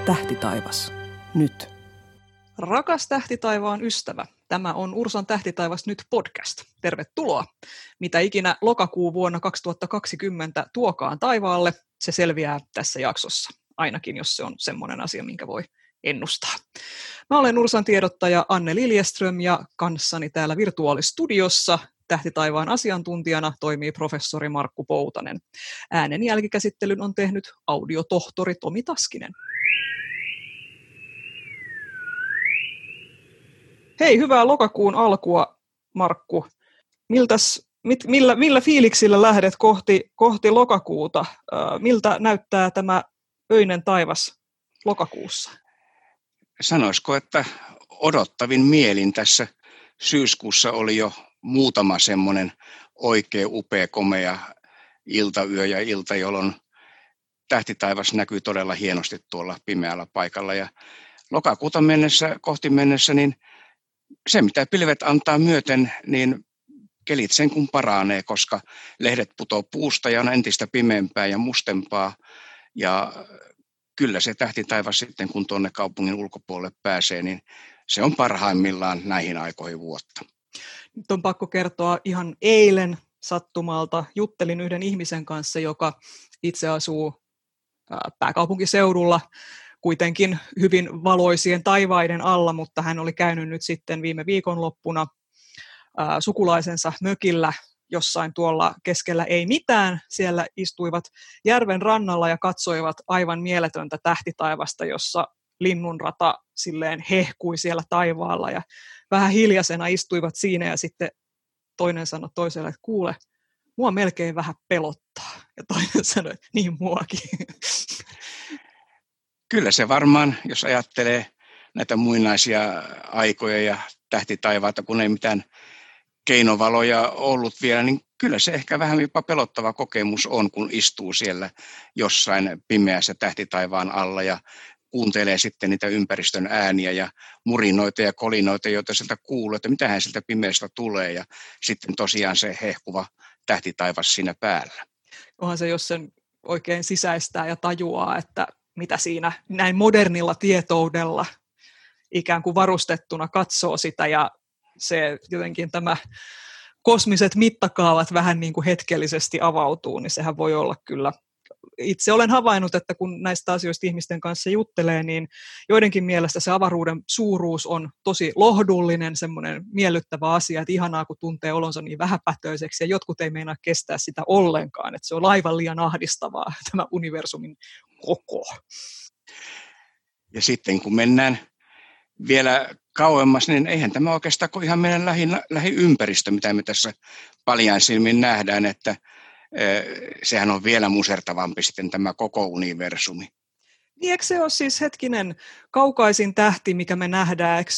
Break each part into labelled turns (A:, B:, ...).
A: Tähtitaivas. Nyt.
B: Rakas tähtitaivaan ystävä, tämä on Ursan Tähtitaivas nyt podcast. Tervetuloa. Mitä ikinä lokakuu vuonna 2020 tuokaan taivaalle, se selviää tässä jaksossa. Ainakin jos se on semmoinen asia, minkä voi ennustaa. Mä olen Ursan tiedottaja Anne Liljeström ja kanssani täällä virtuaalistudiossa tähtitaivaan asiantuntijana toimii professori Markku Poutanen. Äänen jälkikäsittelyn on tehnyt audiotohtori Tomi Taskinen. Hei, hyvää lokakuun alkua, Markku. Millä fiiliksillä lähdet kohti lokakuuta? Miltä näyttää tämä öinen taivas lokakuussa?
C: Sanoisiko, että odottavin mielin tässä syyskuussa oli jo muutama semmoinen oikein upea, komea iltayö ja ilta, jolloin tähtitaivas näkyy todella hienosti tuolla pimeällä paikalla. Ja lokakuuta kohti mennessä, niin se mitä pilvet antaa myöten, niin kelit sen kun paranee, koska lehdet putoo puusta ja on entistä pimeämpää ja mustempaa. Ja kyllä se tähtitaivas sitten, kun tuonne kaupungin ulkopuolelle pääsee, niin se on parhaimmillaan näihin aikoihin vuotta.
B: Nyt on pakko kertoa ihan eilen sattumalta. Juttelin yhden ihmisen kanssa, joka itse asuu pääkaupunkiseudulla, kuitenkin hyvin valoisien taivaiden alla, mutta hän oli käynyt nyt sitten viime viikonloppuna sukulaisensa mökillä jossain tuolla keskellä ei mitään. Siellä istuivat järven rannalla ja katsoivat aivan mieletöntä tähtitaivasta, jossa linnunrata silleen hehkui siellä taivaalla ja vähän hiljaisena istuivat siinä ja sitten toinen sanoi toiselle, että kuule, mua melkein vähän pelottaa. Ja toinen sanoi, että niin muakin.
C: Kyllä se varmaan, jos ajattelee näitä muinaisia aikoja ja tähtitaivaita, kun ei mitään keinovaloja ollut vielä, niin kyllä se ehkä vähän jopa pelottava kokemus on, kun istuu siellä jossain pimeässä tähtitaivaan alla ja kuuntelee sitten niitä ympäristön ääniä ja murinoita ja kolinoita, joita sieltä kuuluu, että mitähän sieltä pimeästä tulee ja sitten tosiaan se hehkuva tähtitaivas siinä päällä.
B: Onhan se, jos sen oikein sisäistää ja tajuaa, että mitä siinä näin modernilla tietoudella ikään kuin varustettuna katsoo sitä ja se jotenkin tämä kosmiset mittakaavat vähän niin kuin hetkellisesti avautuu, niin sehän voi olla kyllä. Itse olen havainnut, että kun näistä asioista ihmisten kanssa juttelee, niin joidenkin mielestä se avaruuden suuruus on tosi lohdullinen, semmoinen miellyttävä asia, että ihanaa, kun tuntee olonsa niin vähäpätöiseksi, ja jotkut ei meinaa kestää sitä ollenkaan, että se on aivan liian ahdistavaa, tämä universumin koko.
C: Ja sitten kun mennään vielä kauemmas, niin eihän tämä oikeastaan kuin ihan meidän lähiympäristö, mitä me tässä paljain silmin nähdään, että sehän on vielä musertavampi sitten tämä koko universumi.
B: Niin, eikö se ole siis hetkinen kaukaisin tähti, mikä me nähdään? Eikö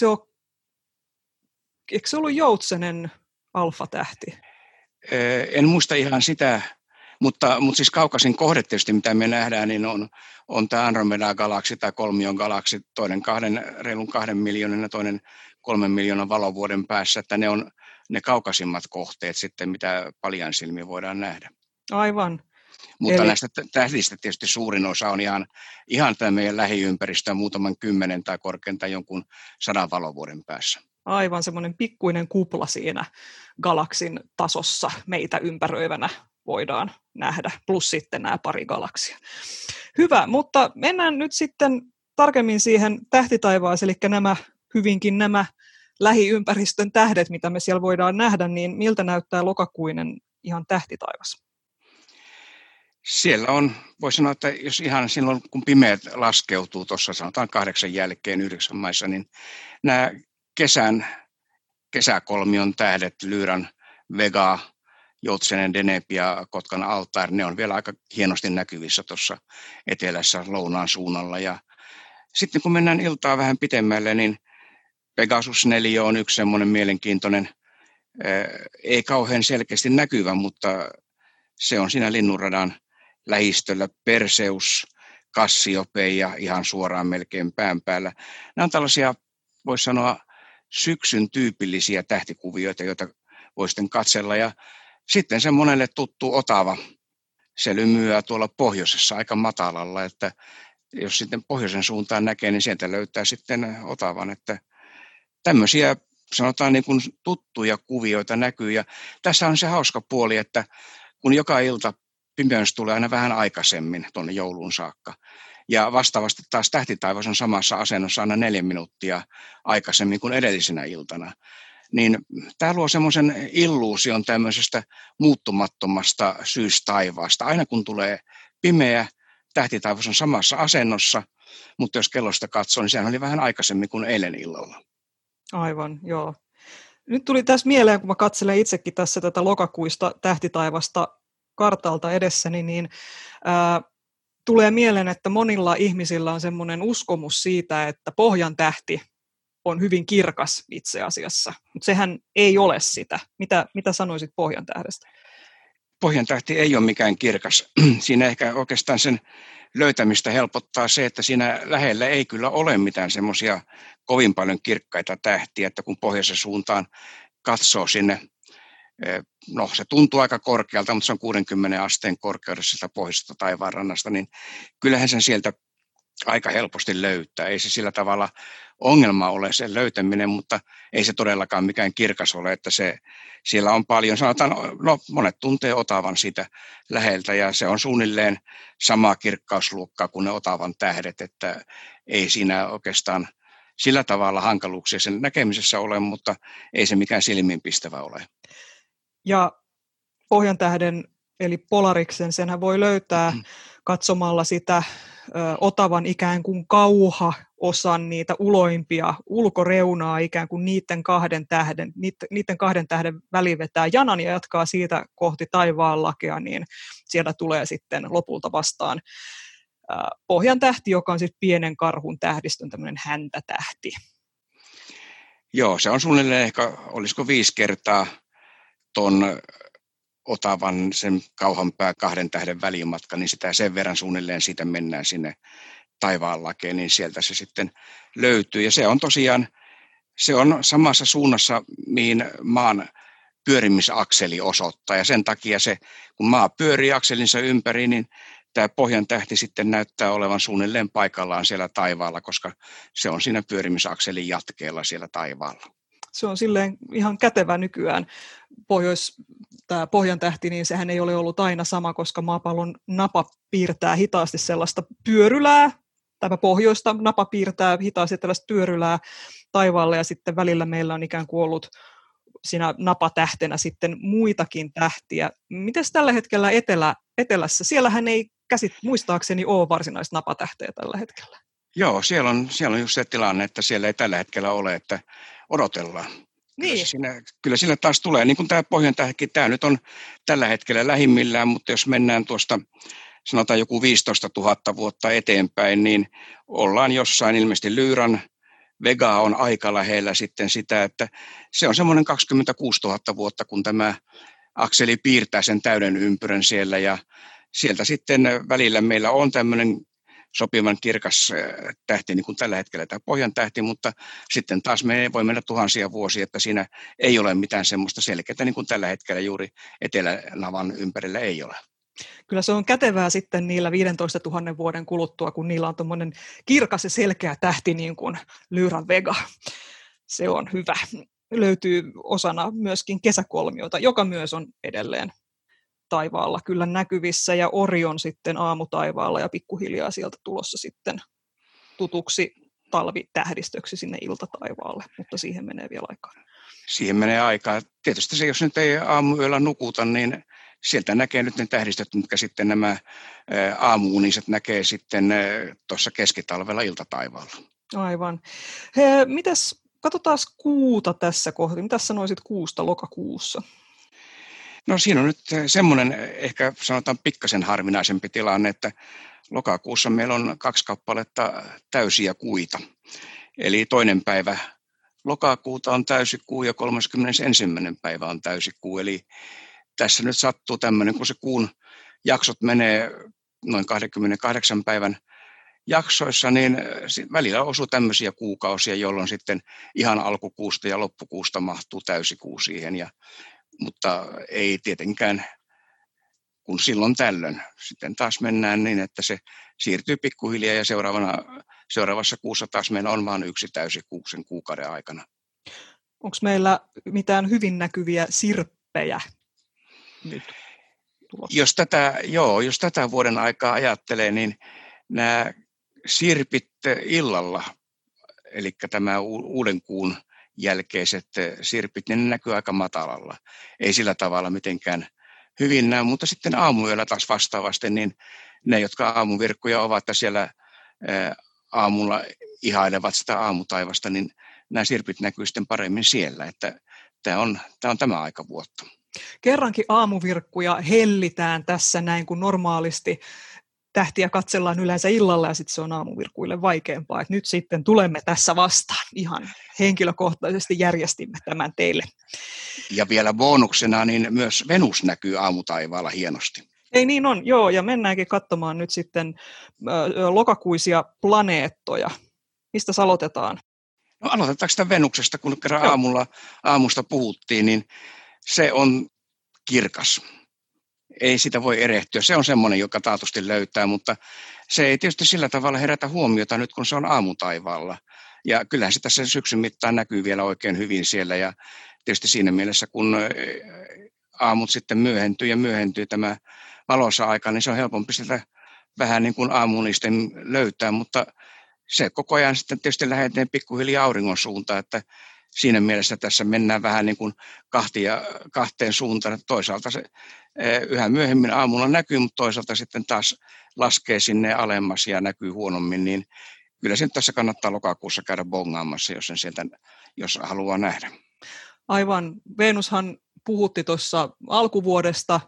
B: se ollut Joutsenen alfatähti?
C: En muista ihan sitä, mutta siis kaukaisin kohde tietysti, mitä me nähdään, niin on tämä Andromeda-galaksi tai kolmion-galaksi, toinen reilun 2 miljoonan ja toinen 3 miljoonan valovuoden päässä, että ne on ne kaukaisimmat kohteet sitten, mitä paljain silmin voidaan nähdä.
B: Aivan.
C: Mutta näistä tähdistä tietysti suurin osa on ihan tämä meidän lähiympäristöä muutaman 10 tai korkeintaan jonkun 100 valovuoden päässä.
B: Aivan, semmoinen pikkuinen kupla siinä galaksin tasossa meitä ympäröivänä voidaan nähdä, plus sitten nämä pari galaksia. Hyvä, mutta mennään nyt sitten tarkemmin siihen tähtitaivaaseen, eli nämä lähiympäristön tähdet, mitä me siellä voidaan nähdä, niin miltä näyttää lokakuinen ihan tähtitaivas?
C: Siellä on, voi sanoa, että jos ihan silloin, kun pimeät laskeutuu tuossa sanotaan 8 jälkeen 9 maissa, niin nämä kesäkolmion tähdet, Lyran, Vega, Joutsenen, Deneb ja Kotkan Altair, ne on vielä aika hienosti näkyvissä tuossa etelässä lounaan suunnalla. Ja sitten kun mennään iltaa vähän pitemmälle, niin Pegasus 4 on yksi semmoinen mielenkiintoinen, ei kauhean selkeästi näkyvä, mutta se on siinä linnunradan lähistöllä. Perseus, Kassiope ja ihan suoraan melkein pään päällä. Nämä on tällaisia, voisi sanoa, syksyn tyypillisiä tähtikuvioita, joita voi sitten katsella. Ja sitten se monelle tuttu Otava, se lymyää tuolla pohjoisessa aika matalalla, että jos sitten pohjoisen suuntaan näkee, niin sieltä löytää sitten Otavan, että tämmöisiä sanotaan niin kuin tuttuja kuvioita näkyy. Ja tässä on se hauska puoli, että kun joka ilta pimeys tulee aina vähän aikaisemmin tuonne jouluun saakka, ja vastaavasti taas tähtitaivas on samassa asennossa aina 4 minuuttia aikaisemmin kuin edellisenä iltana, niin tämä luo semmoisen illuusion tämmöisestä muuttumattomasta syystaivaasta. Aina kun tulee pimeä, tähtitaivas on samassa asennossa, mutta jos kellosta katsoo, niin sehän oli vähän aikaisemmin kuin eilen illalla.
B: Aivan, joo. Nyt tuli tässä mieleen, kun mä katselen itsekin tässä tätä lokakuista tähtitaivasta kartalta edessäni, niin tulee mieleen, että monilla ihmisillä on semmoinen uskomus siitä, että pohjan tähti on hyvin kirkas itse asiassa, mutta sehän ei ole sitä. Mitä sanoisit pohjan tähdestä?
C: Pohjan tähti ei ole mikään kirkas. Siinä ehkä oikeastaan sen löytämistä helpottaa se, että siinä lähellä ei kyllä ole mitään semmoisia kovin paljon kirkkaita tähtiä, että kun pohjoisen suuntaan katsoo sinne, no se tuntuu aika korkealta, mutta se on 60 asteen korkeudessa sitä pohjoisesta taivaanrannasta, niin kyllähän sen sieltä aika helposti löytää. Ei se sillä tavalla ongelma ole sen löytäminen, mutta ei se todellakaan mikään kirkas ole, että siellä on paljon, sanotaan, no monet tuntee Otavan sitä läheltä ja se on suunnilleen samaa kirkkausluokkaa kuin ne Otavan tähdet, että ei siinä oikeastaan sillä tavalla hankaluuksia sen näkemisessä ole, mutta ei se mikään silmiinpistävä ole.
B: Ja pohjantähden eli Polariksen, senhän voi löytää katsomalla sitä Otavan ikään kuin kauha-osan niitä uloimpia ulkoreunaa ikään kuin niiden kahden tähden väliin vetää janan ja jatkaa siitä kohti taivaanlakea, niin siellä tulee sitten lopulta vastaan pohjantähti, joka on sitten pienen karhun tähdistön tämmöinen häntätähti.
C: Joo, se on suunnilleen ehkä, olisiko 5 kertaa ton Otavan sen kauhanpää 2 tähden välimatka, niin sitä sen verran suunnilleen siitä mennään sinne taivaanlakeen, niin sieltä se sitten löytyy. Ja se on tosiaan, se on samassa suunnassa, mihin maan pyörimisakseli osoittaa. Ja sen takia se, kun maa pyörii akselinsa ympäri, niin tämä pohjan tähti sitten näyttää olevan suunnilleen paikallaan siellä taivaalla, koska se on siinä pyörimisakselin jatkeella siellä taivaalla.
B: Se on silleen ihan kätevä nykyään. Tämä pohjantähti, niin sehän ei ole ollut aina sama, koska maapallon napa piirtää hitaasti sellaista pyörylää, tämä pohjoista napa piirtää hitaasti tällaista pyörylää taivaalle, ja sitten välillä meillä on ikään kuin ollut siinä napatähtenä sitten muitakin tähtiä. Mites tällä hetkellä etelässä? Siellähän ei muistaakseni ole varsinaista napatähteä tällä hetkellä.
C: Joo, siellä on just se tilanne, että siellä ei tällä hetkellä ole, että odotellaan.
B: Niin.
C: Kyllä siinä taas tulee, niin kuin tämä pohjantähti, tämä nyt on tällä hetkellä lähimmillään, mutta jos mennään tuosta, sanotaan joku 15 000 vuotta eteenpäin, niin ollaan jossain ilmeisesti Lyran Vega on aika lähellä sitten sitä, että se on semmoinen 26 000 vuotta, kun tämä akseli piirtää sen täyden ympyrän siellä, ja sieltä sitten välillä meillä on tämmöinen sopivan kirkas tähti, niin kuin tällä hetkellä tämä pohjan tähti, mutta sitten taas me voi mennä tuhansia vuosia, että siinä ei ole mitään semmoista selkeää, niin kuin tällä hetkellä juuri etelänavan ympärillä ei ole.
B: Kyllä se on kätevää sitten niillä 15 000 vuoden kuluttua, kun niillä on tuommoinen kirkas ja selkeä tähti niin kuin Lyran Vega. Se on hyvä. Löytyy osana myöskin kesäkolmiota, joka myös on edelleen taivaalla kyllä näkyvissä, ja Orion sitten aamutaivaalla ja pikkuhiljaa sieltä tulossa sitten tutuksi talvitähdistöksi sinne iltataivaalle, mutta siihen menee vielä aikaa.
C: Siihen menee aikaa. Tietysti se, jos nyt ei aamuyöllä nukuta, niin sieltä näkee nyt ne tähdistöt, mitkä sitten nämä aamuuniset näkee sitten tuossa keskitalvella iltataivaalla.
B: Aivan. Katsotaan kuuta tässä kohtaa. Mitä sanoisit kuusta lokakuussa?
C: No siinä on nyt semmoinen ehkä sanotaan pikkasen harvinaisempi tilanne, että lokakuussa meillä on 2 kappaletta täysiä kuita. Eli 2. päivä lokakuuta on täysikuu ja 31. päivä on täysikuu. Eli tässä nyt sattuu tämmöinen, kun se kuun jaksot menee noin 28 päivän jaksoissa, niin välillä osuu tämmöisiä kuukausia, jolloin sitten ihan alkukuusta ja loppukuusta mahtuu täysikuu siihen. Mutta ei tietenkään kun silloin tällöin. Sitten taas mennään niin, että se siirtyy pikkuhiljaa ja seuraavassa kuussa taas meillä on vain yksi täysi kuusen kuukauden aikana.
B: Onko meillä mitään hyvin näkyviä sirppejä nyt tulossa?
C: Jos tätä vuoden aikaa ajattelee, niin nämä sirpit illalla, eli tämä uuden kuun jälkeiset sirpit, niin ne näkyy aika matalalla. Ei sillä tavalla mitenkään hyvin näy, mutta sitten aamuyöllä taas vastaavasti, niin ne, jotka aamuvirkkuja ovat ja siellä aamulla ihailevat sitä aamutaivasta, niin nämä sirpit näkyy sitten paremmin siellä, että tämä on tämä aika vuotta.
B: Kerrankin aamuvirkkuja hellitään tässä näin, kun normaalisti tähtiä katsellaan yleensä illalla ja sitten se on aamuvirkkuille vaikeampaa. Et nyt sitten tulemme tässä vastaan. Ihan henkilökohtaisesti järjestimme tämän teille.
C: Ja vielä bonuksena, niin myös Venus näkyy aamutaivaalla hienosti.
B: Ei niin on, joo, ja mennäänkin katsomaan nyt sitten lokakuisia planeettoja. Mistä aloitetaan?
C: No aloitetaanko sitä Venuksesta, kun kerran aamusta puhuttiin, niin se on kirkas. Ei sitä voi erehtyä. Se on semmoinen, joka taatusti löytää, mutta se ei tietysti sillä tavalla herätä huomiota nyt, kun se on aamutaivaalla. Ja kyllähän se tässä syksyn mittaan näkyy vielä oikein hyvin siellä. Ja tietysti siinä mielessä, kun aamut sitten myöhentyy tämä valoisa aika, niin se on helpompi sitä vähän niin kuin aamunisten löytää, mutta se koko ajan sitten tietysti lähdetään pikkuhiljaa auringon suuntaan, että siinä mielessä tässä mennään vähän niin kuin kahteen suuntaan, että toisaalta se yhä myöhemmin aamulla näkyy, mutta toisaalta sitten taas laskee sinne alemmas ja näkyy huonommin, niin kyllä se nyt tässä kannattaa lokakuussa käydä bongaamassa, jos haluaa nähdä.
B: Aivan. Venushan puhutti tuossa alkuvuodesta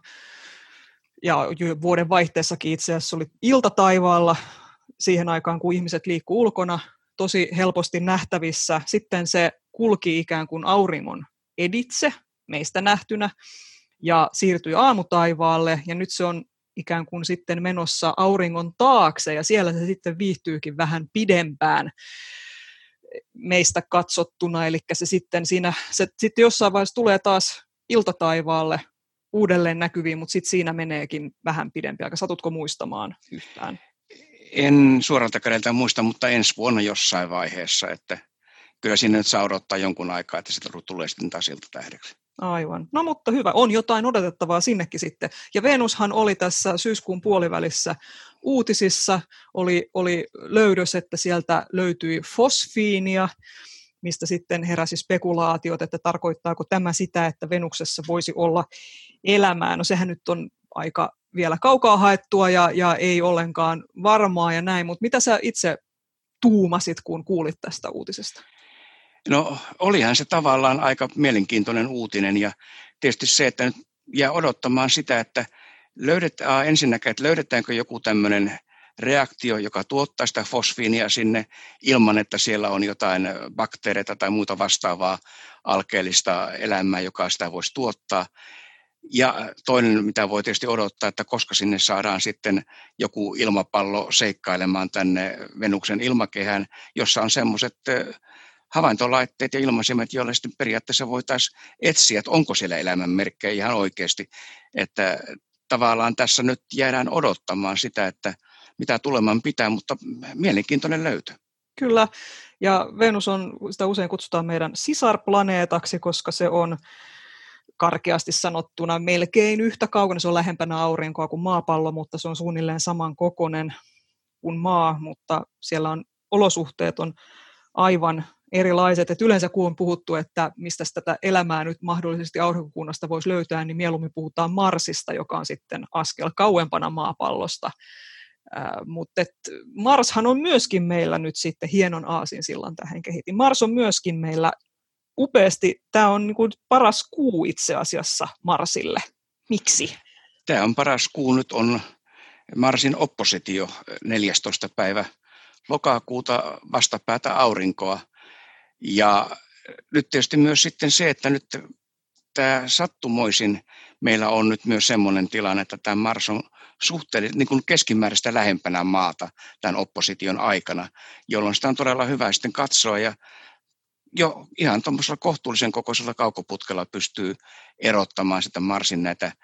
B: ja vuoden vaihteessakin itse asiassa oli iltataivaalla siihen aikaan, kun ihmiset liikkuu ulkona, tosi helposti nähtävissä. Sitten se kulki ikään kuin auringon editse meistä nähtynä ja siirtyi aamutaivaalle ja nyt se on ikään kuin sitten menossa auringon taakse ja siellä se sitten viihtyykin vähän pidempään meistä katsottuna, eli se sitten jossain vaiheessa tulee taas iltataivaalle uudelleen näkyviin, mutta sitten siinä meneekin vähän pidempi aika. Satutko muistamaan yhtään?
C: En suoralta kädeltä muista, mutta ensi vuonna jossain vaiheessa, että kyllä sinne nyt saa odottaa jonkun aikaa, että se tulee sitten taas iltatähdeksi.
B: Aivan. No mutta hyvä, on jotain odotettavaa sinnekin sitten. Ja Venushan oli tässä syyskuun puolivälissä uutisissa, oli löydös, että sieltä löytyi fosfiinia, mistä sitten heräsi spekulaatiot, että tarkoittaako tämä sitä, että Venuksessa voisi olla elämää. No sehän nyt on aika vielä kaukaa haettua ja ei ollenkaan varmaa ja näin, mutta mitä sä itse tuumasit, kun kuulit tästä uutisesta?
C: No olihan se tavallaan aika mielenkiintoinen uutinen ja tietysti se, että nyt jää odottamaan sitä, että löydetäänkö joku tämmöinen reaktio, joka tuottaa sitä fosfiinia sinne ilman, että siellä on jotain bakteereita tai muuta vastaavaa alkeellista elämää, joka sitä voisi tuottaa. Ja toinen, mitä voi tietysti odottaa, että koska sinne saadaan sitten joku ilmapallo seikkailemaan tänne Venuksen ilmakehään, jossa on semmoiset havaintolaitteet ja ilmasimet, joille sitten periaatteessa voitaisiin etsiä, että onko siellä elämän merkkejä ihan oikeasti. Että tavallaan tässä nyt jäädään odottamaan sitä, että mitä tuleman pitää, mutta mielenkiintoinen löytö.
B: Kyllä, ja Venus sitä usein kutsutaan meidän sisarplaneetaksi, koska se on karkeasti sanottuna melkein yhtä kaukana, se on lähempänä aurinkoa kuin maapallo, mutta se on suunnilleen samankokoinen kuin maa, mutta siellä olosuhteet on aivan erilaiset. Et yleensä kun on puhuttu, että mistä tätä elämää nyt mahdollisesti aurinkokunnasta voisi löytää, niin mieluummin puhutaan Marsista, joka on sitten askel kauempana maapallosta. Mutta Marshan on myöskin meillä nyt sitten hienon aasinsillan tähän kehitin. Mars on myöskin meillä upeasti, tämä on niin kuin paras kuu itse asiassa Marsille. Miksi?
C: Tämä on paras kuu, nyt on Marsin oppositio 14. päivä lokakuuta vastapäätä aurinkoa. Ja nyt tietysti myös sitten se, että nyt tämä sattumoisin meillä on nyt myös semmoinen tilanne, että tämä Mars on suhteellisesti niin kuin keskimääräistä lähempänä maata tämän opposition aikana, jolloin sitä on todella hyvä sitten katsoa ja jo ihan tuommoisella kohtuullisen kokoisella kaukoputkella pystyy erottamaan sitä Marsin näitä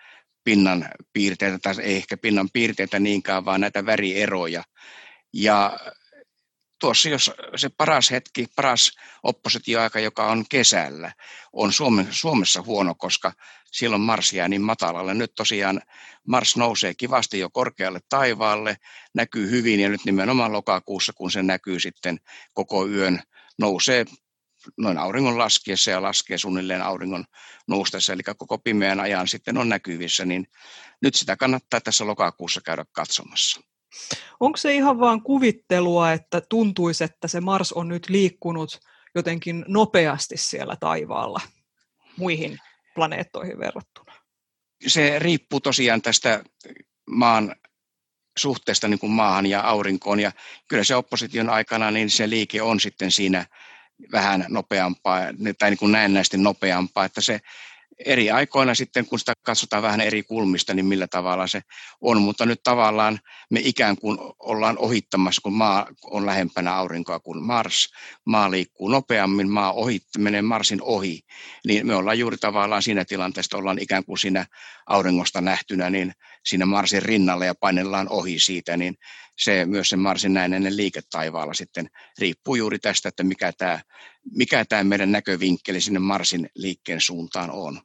C: pinnan piirteitä, tai ei ehkä pinnan piirteitä niinkään, vaan näitä värieroja. Ja tuossa jos se paras hetki, paras oppositioaika, joka on kesällä, on Suomessa huono, koska silloin Mars jää niin matalalle. Nyt tosiaan Mars nousee kivasti jo korkealle taivaalle, näkyy hyvin ja nyt nimenomaan lokakuussa, kun se näkyy sitten koko yön, nousee noin auringon laskiessa ja laskee suunnilleen auringon noustessa, eli koko pimeän ajan sitten on näkyvissä, niin nyt sitä kannattaa tässä lokakuussa käydä katsomassa.
B: Onko se ihan vaan kuvittelua, että tuntuisi, että se Mars on nyt liikkunut jotenkin nopeasti siellä taivaalla muihin planeettoihin verrattuna?
C: Se riippuu tosiaan tästä maan suhteesta niin kuin maahan ja aurinkoon, ja kyllä se opposition aikana niin se liike on sitten siinä vähän nopeampaa tai niin kuin näennäisesti nopeampaa, että se eri aikoina sitten, kun sitä katsotaan vähän eri kulmista, niin millä tavalla se on, mutta nyt tavallaan me ikään kuin ollaan ohittamassa, kun maa on lähempänä aurinkoa kuin Mars, maa liikkuu nopeammin, menee Marsin ohi, niin me ollaan juuri tavallaan siinä tilanteessa, ollaan ikään kuin siinä auringosta nähtynä, niin siinä Marsin rinnalla ja painellaan ohi siitä, niin se myös se Marsin näennäinen liike taivaalla sitten riippuu juuri tästä, että mikä tämä meidän näkövinkkeli sinne Marsin liikkeen suuntaan on.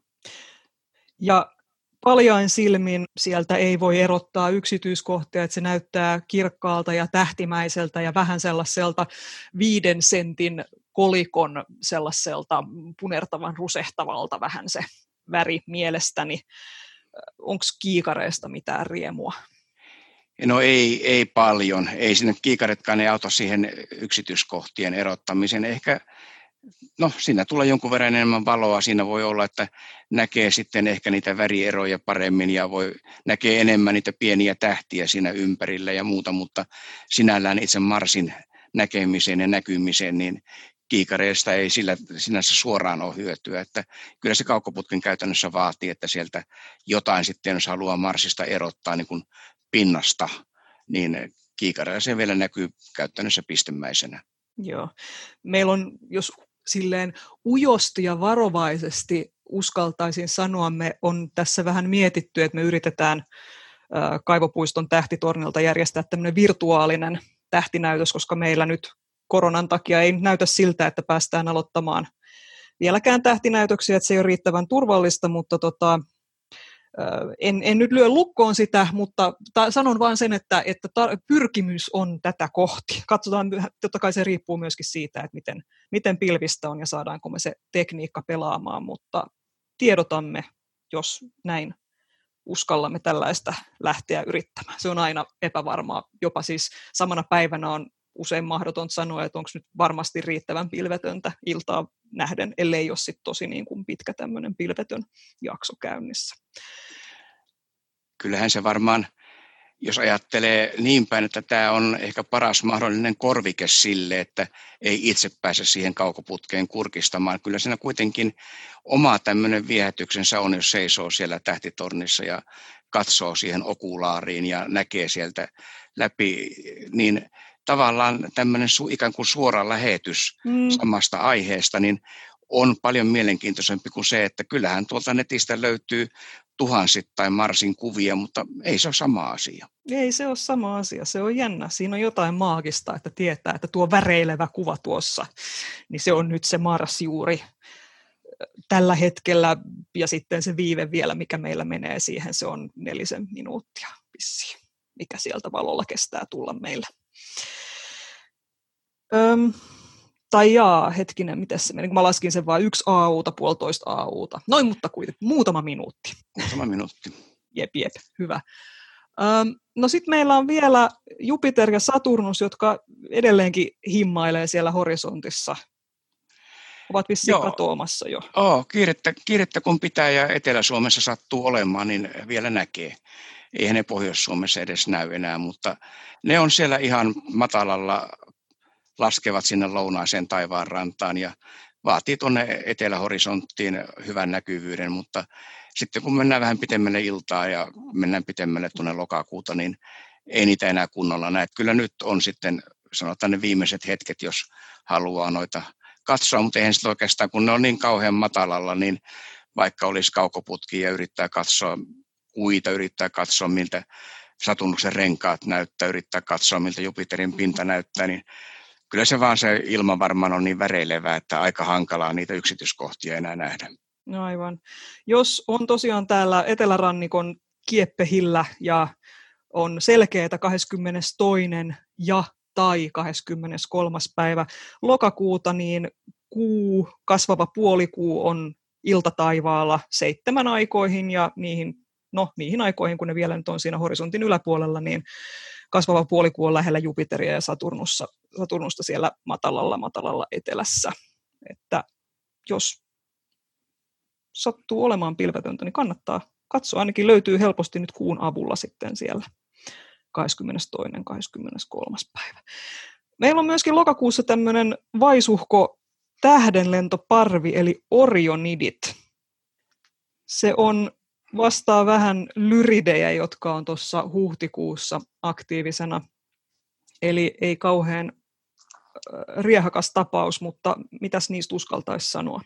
C: Ja
B: paljain silmin sieltä ei voi erottaa yksityiskohtia, että se näyttää kirkkaalta ja tähtimäiseltä ja vähän sellaiselta 5 sentin kolikon sellaiselta punertavan rusehtavalta vähän se väri mielestäni. Onko kiikareista mitään riemua?
C: No ei paljon. Ei sinne kiikaretkaan ei auta siihen yksityiskohtien erottamiseen. Ehkä siinä tulee jonkun verran enemmän valoa. Siinä voi olla, että näkee sitten ehkä niitä värieroja paremmin ja näkee enemmän niitä pieniä tähtiä siinä ympärillä ja muuta, mutta sinällään itse Marsin näkemiseen ja näkymiseen, niin kiikareista ei sillä sinänsä suoraan ole hyötyä. Että kyllä se kaukoputken käytännössä vaatii, että sieltä jotain sitten, jos haluaa Marsista erottaa niin kuin pinnasta, niin kiikareilla se vielä näkyy käytännössä pistemäisenä.
B: Joo. Meillä on, jos silleen ujosti ja varovaisesti uskaltaisin sanoa, me on tässä vähän mietitty, että me yritetään Kaivopuiston tähtitornilta järjestää tämmöinen virtuaalinen tähtinäytös, koska meillä nyt koronan takia ei näytä siltä, että päästään aloittamaan vieläkään tähtinäytöksiä, että se ei ole riittävän turvallista, mutta en nyt lyö lukkoon sitä, mutta sanon vaan sen, että pyrkimys on tätä kohti. Katsotaan, totta kai se riippuu myöskin siitä, että miten pilvistä on ja saadaanko me se tekniikka pelaamaan, mutta tiedotamme, jos näin uskallamme tällaista lähteä yrittämään. Se on aina epävarmaa, jopa siis samana päivänä on usein mahdotonta sanoa, että onko nyt varmasti riittävän pilvetöntä iltaa nähden, ellei ole sitten tosi niin kuin pitkä tämmöinen pilvetön jakso käynnissä.
C: Kyllähän se varmaan, jos ajattelee niin päin, että tämä on ehkä paras mahdollinen korvike sille, että ei itse pääse siihen kaukoputkeen kurkistamaan. Kyllä siinä kuitenkin oma tämmöinen viehätyksensä on, jos seisoo siellä tähtitornissa ja katsoo siihen okulaariin ja näkee sieltä läpi, niin tavallaan tämmöinen ikään kuin suora lähetys samasta aiheesta, niin on paljon mielenkiintoisempi kuin se, että kyllähän tuolta netistä löytyy tuhansittain Marsin kuvia, mutta ei se ole sama asia.
B: Ei se ole sama asia, se on jännä. Siinä on jotain maagista, että tietää, että tuo väreilevä kuva tuossa, niin se on nyt se Mars juuri tällä hetkellä, ja sitten se viive vielä, mikä meillä menee siihen, se on 4 minuuttia vissiin, mikä sieltä valolla kestää tulla meillä. Hetkinen, miten se meni? Mä laskin sen vain 1 AUta, 1,5 AUta. Noin, mutta kuitenkin muutama minuutti.
C: Muutama minuutti.
B: Jep, hyvä. No sitten meillä on vielä Jupiter ja Saturnus, jotka edelleenkin himmailee siellä horisontissa. Ovat vissiin katoamassa jo.
C: Kiirettä kun pitää ja Etelä-Suomessa sattuu olemaan, niin vielä näkee. Eihän ne Pohjois-Suomessa edes näy enää, mutta ne on siellä ihan matalalla, laskevat sinne lounaiseen taivaanrantaan ja vaatii tuonne etelähorisonttiin hyvän näkyvyyden, mutta sitten kun mennään vähän pitemmälle iltaa ja mennään pitemmälle tuonne lokakuuta, niin ei niitä enää kunnolla näe. Kyllä nyt on sitten, sanotaan ne viimeiset hetket, jos haluaa noita katsoa, mutta eihän sitä oikeastaan, kun ne on niin kauhean matalalla, niin vaikka olisi kaukoputki ja yrittää katsoa kuita, yrittää katsoa, miltä Saturnuksen renkaat näyttää, yrittää katsoa, miltä Jupiterin pinta näyttää, niin kyllä se vaan se ilma varmaan on niin väreilevää, että aika hankalaa niitä yksityiskohtia enää nähdä.
B: No aivan. Jos on tosiaan täällä etelärannikon kieppehillä ja on selkeätä 22. ja tai 23. päivä lokakuuta, niin kasvava puolikuu on iltataivaalla 7 aikoihin ja niihin aikoihin, kun ne vielä nyt on siinä horisontin yläpuolella, niin kasvava puolikuu on lähellä Jupiteria ja Saturnusta siellä matalalla etelässä. Että jos sattuu olemaan pilvetöntä, niin kannattaa katsoa. Ainakin löytyy helposti nyt kuun avulla sitten siellä 22. 23. päivä. Meillä on myöskin lokakuussa tämmöinen vaisuhko tähdenlentoparvi, eli Orionidit. Se vastaa vähän lyridejä, jotka on tuossa huhtikuussa aktiivisena. Eli ei kauhean riehakas tapaus, mutta mitäs niistä uskaltaisi sanoa?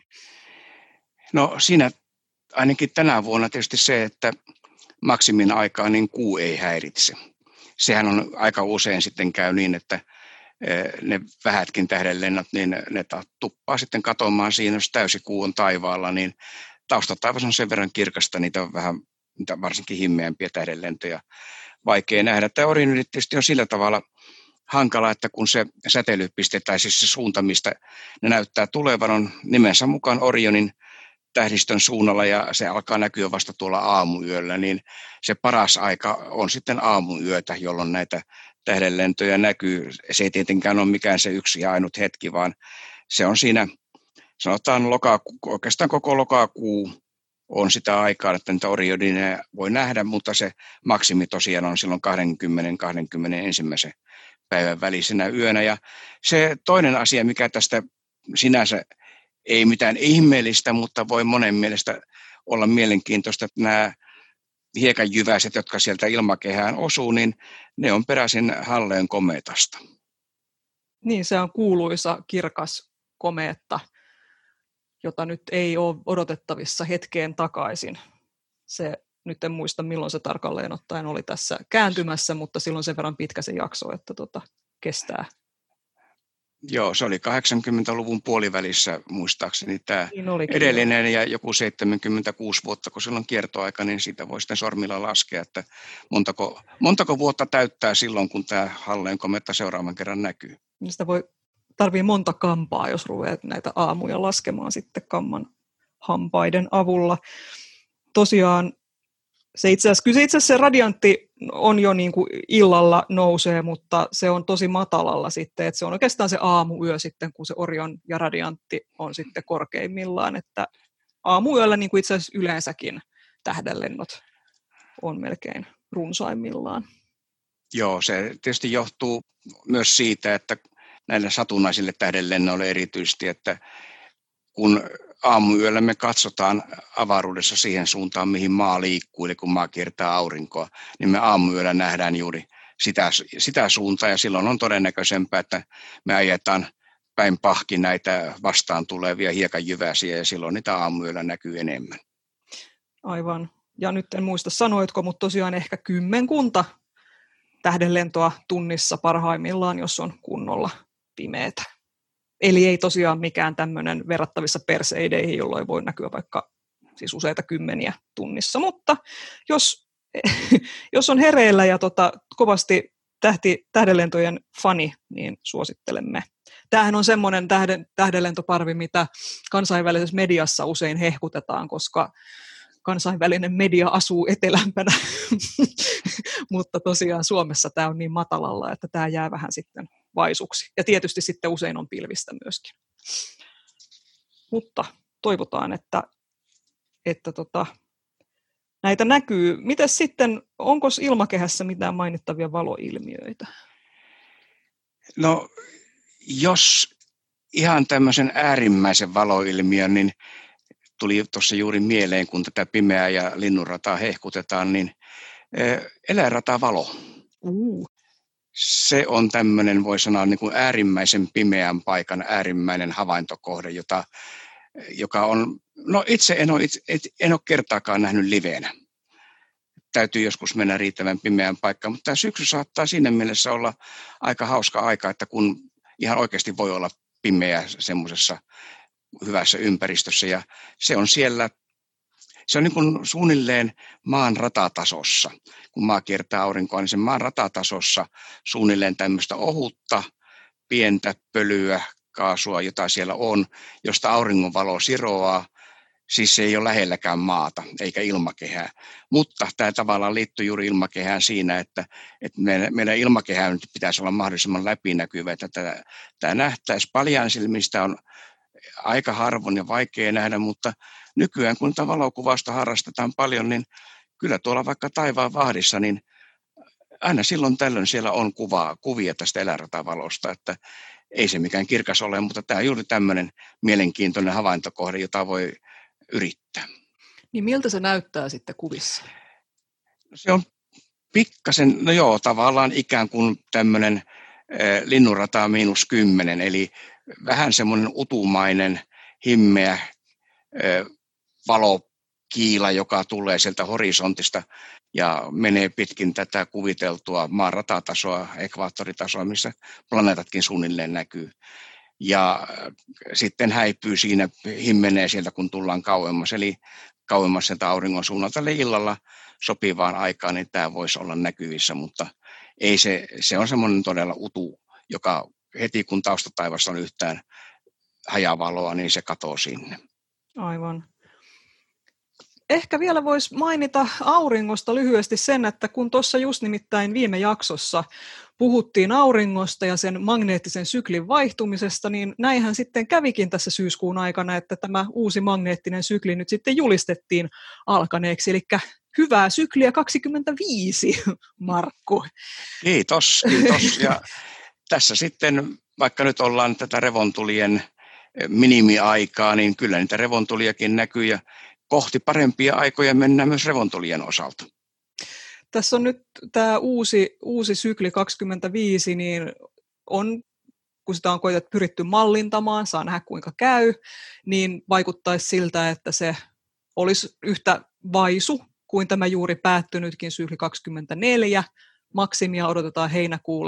C: No siinä ainakin tänä vuonna tietysti se, että maksimin aikaa niin kuu ei häiritse. Sehän on aika usein sitten käy niin, että ne vähätkin tähdenlennot, niin ne tuppaa sitten katoamaan siinä, jos täysi kuu on taivaalla, niin taustataivas on sen verran kirkasta, niitä on vähän varsinkin himmeämpiä tähdenlentoja vaikea nähdä. Tämä Orionidit tietysti on sillä tavalla hankala, että kun se säteilypiste tai siis se suunta, mistä ne näyttää tulevan, on nimensä mukaan Orionin tähdistön suunnalla ja se alkaa näkyä vasta tuolla aamuyöllä, niin se paras aika on sitten aamuyötä, jolloin näitä tähdenlentoja näkyy. Se ei tietenkään ole mikään se yksi ja ainut hetki, vaan se on siinä, sanotaan oikeastaan koko lokakuu on sitä aikaa, että niitä Orionia voi nähdä, mutta se maksimi tosiaan on silloin 20-21. päivän välisenä yönä. Ja se toinen asia, mikä tästä sinänsä ei mitään ihmeellistä, mutta voi monen mielestä olla mielenkiintoista, että nämä hiekanjyväiset, jotka sieltä ilmakehään osuu, niin ne on peräisin Halleen komeetasta.
B: Niin, se on kuuluisa kirkas komeetta, jota nyt ei ole odotettavissa hetkeen takaisin. Nyt en muista, milloin se tarkalleen ottaen oli tässä kääntymässä, mutta silloin sen verran pitkä se jakso, että kestää.
C: Joo, se oli 80-luvun puolivälissä muistaakseni tämä
B: niin
C: edellinen ja joku 76 vuotta, kun silloin kiertoaika, niin siitä voi sitten sormilla laskea, että montako vuotta täyttää silloin, kun tämä Halleen kometta seuraavan kerran näkyy.
B: Sitä tarvii monta kampaa, jos ruveat näitä aamuja laskemaan sitten kamman hampaiden avulla. Tosiaan kyllä itse asiassa se radiantti on jo niin kuin illalla nousee, mutta se on tosi matalalla sitten, että se on oikeastaan se aamuyö sitten, kun se Orion ja radiantti on sitten korkeimmillaan, että aamuyöllä niin kuin itse asiassa yleensäkin tähdenlennot on melkein runsaimmillaan.
C: Joo, se tietysti johtuu myös siitä, että näille satunnaisille tähdenlennoille erityisesti, että kun aamuyöllä me katsotaan avaruudessa siihen suuntaan, mihin maa liikkuu, eli kun maa kiertää aurinkoa, niin me aamuyöllä nähdään juuri sitä suuntaa, ja silloin on todennäköisempää, että me ajetaan päin pahki näitä vastaan tulevia hiekanjyväsiä, ja silloin niitä aamuyöllä näkyy enemmän.
B: Aivan. Ja nyt en muista sanoitko, mutta tosiaan ehkä 10 tähdenlentoa tunnissa parhaimmillaan, jos on kunnolla pimeätä. Eli ei tosiaan mikään tämmöinen verrattavissa perseideihin, jolloin voi näkyä vaikka siis useita kymmeniä tunnissa. Mutta jos on hereillä ja kovasti tähdenlentojen fani, niin suosittelemme. Tämähän on semmoinen tähdenlentoparvi, mitä kansainvälisessä mediassa usein hehkutetaan, koska kansainvälinen media asuu etelämpänä, mutta tosiaan Suomessa tämä on niin matalalla, että tämä jää vähän sitten vaisuksi. Ja tietysti sitten usein on pilvistä myöskin. Mutta toivotaan, että näitä näkyy. Mites sitten, onko ilmakehässä mitään mainittavia valoilmiöitä?
C: No, jos ihan tämmöisen äärimmäisen valoilmiön, niin tuli tuossa juuri mieleen, kun tätä pimeää ja linnunrataa hehkutetaan, niin eläinratavalo. Se on tämmöinen, voi sanoa, niin kuin äärimmäisen pimeän paikan äärimmäinen havaintokohde, joka on, no itse en ole kertaakaan nähnyt liveenä. täytyy joskus mennä riittävän pimeään paikkaan, mutta tämä syksy saattaa siinä mielessä olla aika hauska aika, että kun ihan oikeasti voi olla pimeä semmoisessa hyvässä ympäristössä ja se on siellä, se on niin kuin suunnilleen maan ratatasossa. Kun maa kiertää aurinkoa, niin sen maan ratatasossa suunnilleen tämmöistä ohutta, pientä pölyä, kaasua, jota siellä on, josta auringonvalo siroaa. Siis se ei ole lähelläkään maata eikä ilmakehää, mutta tämä tavallaan liittyy juuri ilmakehään siinä, että meidän ilmakehä nyt pitäisi olla mahdollisimman läpinäkyvä, että tämä nähtäisi paljain silmin, sitä on aika harvoin ja vaikea nähdä, mutta nykyään kun tätä valokuvausta harrastetaan paljon, niin kyllä tuolla vaikka taivaan vahdissa, niin aina silloin tällöin siellä on kuvia tästä eläinratavalosta, että ei se mikään kirkas ole, mutta tämä on juuri tämmöinen mielenkiintoinen havaintokohde, jota voi yrittää.
B: Niin miltä se näyttää sitten kuvissa?
C: Se on pikkasen, no joo, tavallaan ikään kuin tämmöinen linnunrata -10, eli vähän semmoinen utumainen, himmeä valokiila, joka tulee sieltä horisontista ja menee pitkin tätä kuviteltua maan ratatasoa, ekvaattoritasoa, missä planeetatkin suunnilleen näkyy. Ja sitten häipyy siinä, himmenee sieltä, kun tullaan kauemmas, eli kauemmas sieltä auringon suunnalta, eli illalla sopivaan aikaan, niin tämä voisi olla näkyvissä, mutta ei se on semmoinen todella utu, joka heti kun taustataivassa on yhtään hajavaloa, niin se katoo sinne.
B: Aivan. Ehkä vielä voisi mainita auringosta lyhyesti sen, että kun tuossa just nimittäin viime jaksossa puhuttiin auringosta ja sen magneettisen syklin vaihtumisesta, niin näinhän sitten kävikin tässä syyskuun aikana, että tämä uusi magneettinen sykli nyt sitten julistettiin alkaneeksi, eli hyvää sykliä 25, Markku.
C: Kiitos. Ja tässä sitten, vaikka nyt ollaan tätä revontulien minimiaikaa, niin kyllä niitä revontuliakin näkyy ja kohti parempia aikoja mennään myös revontulien osalta.
B: Tässä on nyt tämä uusi sykli 25, niin on, kun sitä on pyritty mallintamaan, saa nähdä kuinka käy, niin vaikuttaisi siltä, että se olisi yhtä vaisu kuin tämä juuri päättynytkin sykli 24. Maksimia odotetaan heinäkuulle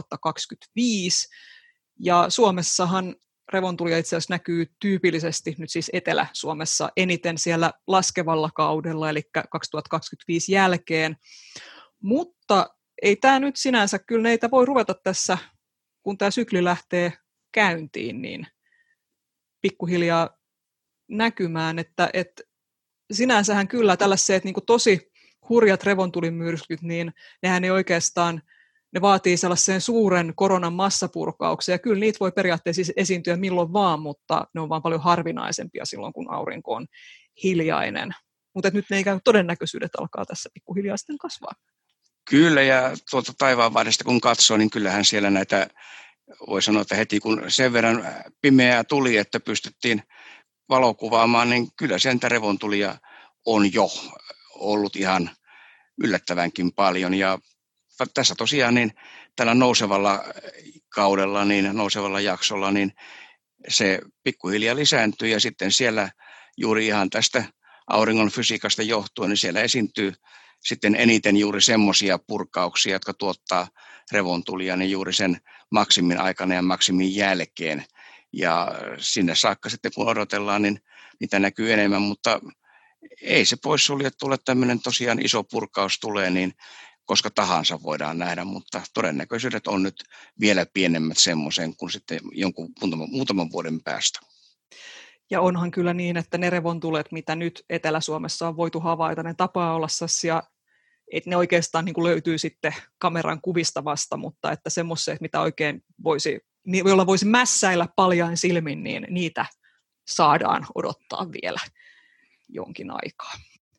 B: 2025. Ja Suomessahan revontulia itse asiassa näkyy tyypillisesti nyt siis Etelä-Suomessa eniten siellä laskevalla kaudella, eli 2025 jälkeen. Mutta ei tämä nyt sinänsä, kyllä neitä voi ruveta tässä, kun tämä sykli lähtee käyntiin, niin pikkuhiljaa näkymään, että sinänsähän kyllä tällaiset niin kuin tosi hurjat revontulimyrskyt, niin nehän ei oikeastaan, ne vaatii sellaisen suuren koronan massapurkauksen, ja kyllä niitä voi periaatteessa siis esiintyä milloin vaan, mutta ne on vaan paljon harvinaisempia silloin, kun aurinko on hiljainen. Mutta nyt ne ikään kuin todennäköisyydet alkaa tässä pikkuhiljaa sitten kasvaa.
C: Kyllä, ja tuolta taivaanvahdesta kun katsoo, niin kyllähän siellä näitä, voi sanoa, että heti kun sen verran pimeää tuli, että pystyttiin valokuvaamaan, niin kyllä sieltä revontulia on jo ollut ihan yllättävänkin paljon, ja tässä tosiaan niin tällä nousevalla kaudella, niin nousevalla jaksolla, niin se pikkuhiljaa lisääntyy ja sitten siellä juuri ihan tästä auringon fysiikasta johtuen, niin siellä esiintyy sitten eniten juuri semmoisia purkauksia, jotka tuottaa revontulia, niin juuri sen maksimin aikana ja maksimin jälkeen. Ja sinne saakka sitten kun odotellaan, niin niitä näkyy enemmän, mutta ei se poissuljettu ole tämmöinen tosiaan iso purkaus tulee, niin koska tahansa voidaan nähdä, mutta todennäköisyydet on nyt vielä pienemmät semmoisen kuin sitten muutaman vuoden päästä.
B: Ja onhan kyllä niin, että ne revontulet, mitä nyt Etelä-Suomessa on voitu havaita, ne tapaa olla sellaisia, että ne oikeastaan niin kuin löytyy sitten kameran kuvista vasta, mutta että semmoiset, mitä oikein joilla voisi mässäillä paljain silmin, niin niitä saadaan odottaa vielä jonkin aikaa.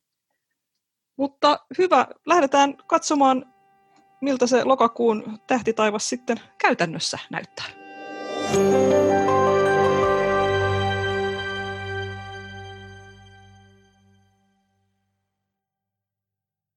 B: Mutta hyvä, lähdetään katsomaan, miltä se lokakuun tähtitaivas sitten käytännössä näyttää.